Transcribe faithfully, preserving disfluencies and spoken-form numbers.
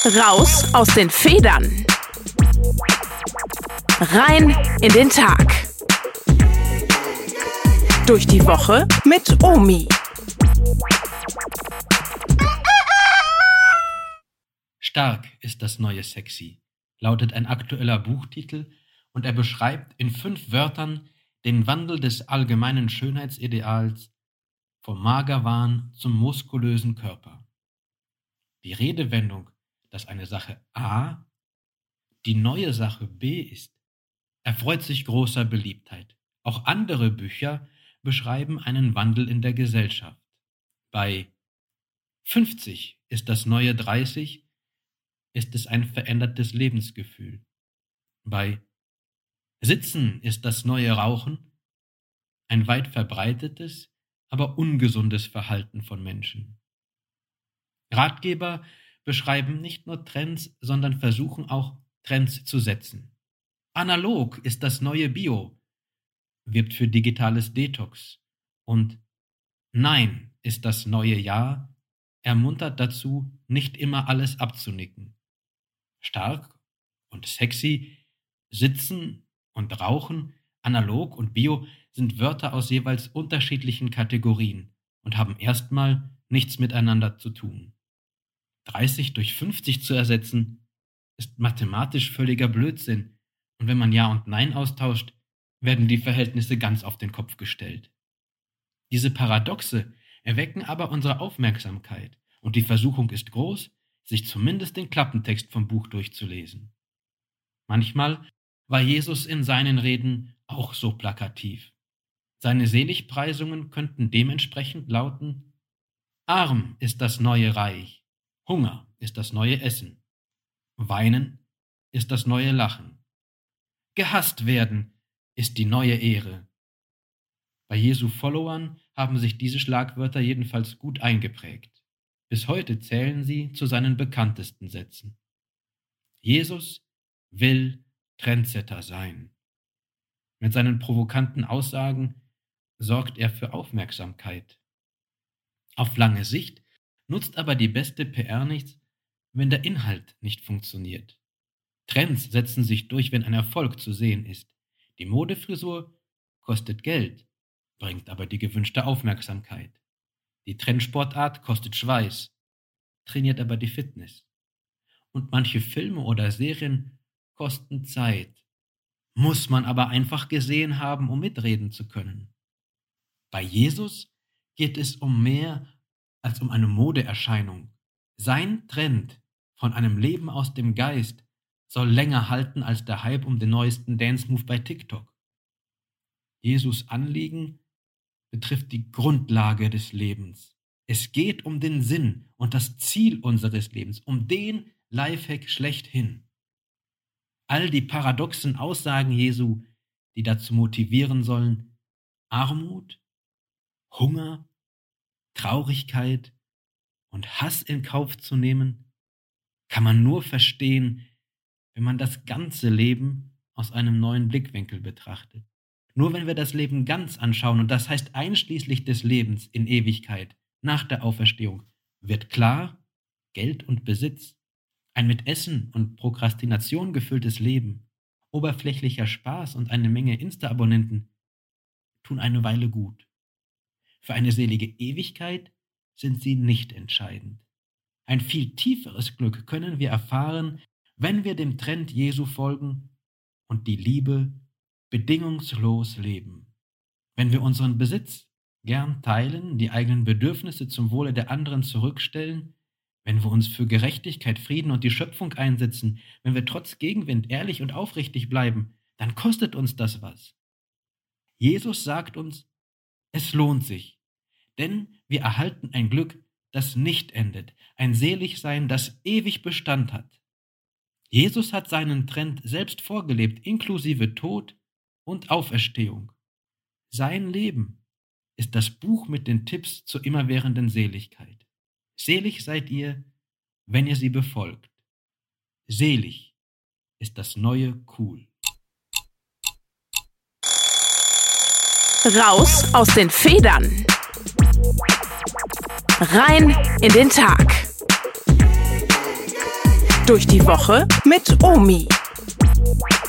Raus aus den Federn. Rein in den Tag. Durch die Woche mit Omi. Stark ist das neue Sexy, lautet ein aktueller Buchtitel, und er beschreibt in fünf Wörtern den Wandel des allgemeinen Schönheitsideals vom Magerwahn zum muskulösen Körper. Die Redewendung, dass eine Sache A die neue Sache B ist, erfreut sich großer Beliebtheit. Auch andere Bücher beschreiben einen Wandel in der Gesellschaft. Bei fünfzig ist das neue dreißig ist es ein verändertes Lebensgefühl. Bei Sitzen ist das neue Rauchen ein weit verbreitetes, aber ungesundes Verhalten von Menschen. Ratgeber beschreiben nicht nur Trends, sondern versuchen auch, Trends zu setzen. Analog ist das neue Bio, wirbt für digitales Detox. Und Nein ist das neue Ja, ermuntert dazu, nicht immer alles abzunicken. Stark und sexy, Sitzen und Rauchen, Analog und Bio sind Wörter aus jeweils unterschiedlichen Kategorien und haben erstmal nichts miteinander zu tun. dreißig durch fünfzig zu ersetzen, ist mathematisch völliger Blödsinn, und wenn man Ja und Nein austauscht, werden die Verhältnisse ganz auf den Kopf gestellt. Diese Paradoxe erwecken aber unsere Aufmerksamkeit, und die Versuchung ist groß, sich zumindest den Klappentext vom Buch durchzulesen. Manchmal war Jesus in seinen Reden auch so plakativ. Seine Seligpreisungen könnten dementsprechend lauten: Arm ist das neue Reich, Hunger ist das neue Essen, Weinen ist das neue Lachen, gehasst werden ist die neue Ehre. Bei Jesu Followern haben sich diese Schlagwörter jedenfalls gut eingeprägt. Bis heute zählen sie zu seinen bekanntesten Sätzen. Jesus will Trendsetter sein. Mit seinen provokanten Aussagen sorgt er für Aufmerksamkeit. Auf lange Sicht nutzt aber die beste P R nichts, wenn der Inhalt nicht funktioniert. Trends setzen sich durch, wenn ein Erfolg zu sehen ist. Die Modefrisur kostet Geld, bringt aber die gewünschte Aufmerksamkeit. Die Trendsportart kostet Schweiß, trainiert aber die Fitness. Und manche Filme oder Serien kosten Zeit, muss man aber einfach gesehen haben, um mitreden zu können. Bei Jesus geht es um mehr als um eine Modeerscheinung. Sein Trend von einem Leben aus dem Geist soll länger halten als der Hype um den neuesten Dance-Move bei TikTok. Jesus' Anliegen betrifft die Grundlage des Lebens. Es geht um den Sinn und das Ziel unseres Lebens, um den Lifehack schlechthin. All die paradoxen Aussagen Jesu, die dazu motivieren sollen, Armut, Hunger, Traurigkeit und Hass in Kauf zu nehmen, kann man nur verstehen, wenn man das ganze Leben aus einem neuen Blickwinkel betrachtet. Nur wenn wir das Leben ganz anschauen, und das heißt einschließlich des Lebens in Ewigkeit, nach der Auferstehung, wird klar, Geld und Besitz, ein mit Essen und Prokrastination gefülltes Leben, oberflächlicher Spaß und eine Menge Insta-Abonnenten tun eine Weile gut. Für eine selige Ewigkeit sind sie nicht entscheidend. Ein viel tieferes Glück können wir erfahren, wenn wir dem Trend Jesu folgen und die Liebe bedingungslos leben. Wenn wir unseren Besitz gern teilen, die eigenen Bedürfnisse zum Wohle der anderen zurückstellen, wenn wir uns für Gerechtigkeit, Frieden und die Schöpfung einsetzen, wenn wir trotz Gegenwind ehrlich und aufrichtig bleiben, dann kostet uns das was. Jesus sagt uns, es lohnt sich, denn wir erhalten ein Glück, das nicht endet, ein Seligsein, das ewig Bestand hat. Jesus hat seinen Trend selbst vorgelebt, inklusive Tod und Auferstehung. Sein Leben ist das Buch mit den Tipps zur immerwährenden Seligkeit. Selig seid ihr, wenn ihr sie befolgt. Selig ist das neue Cool. Raus aus den Federn. Rein in den Tag. Durch die Woche mit Omi.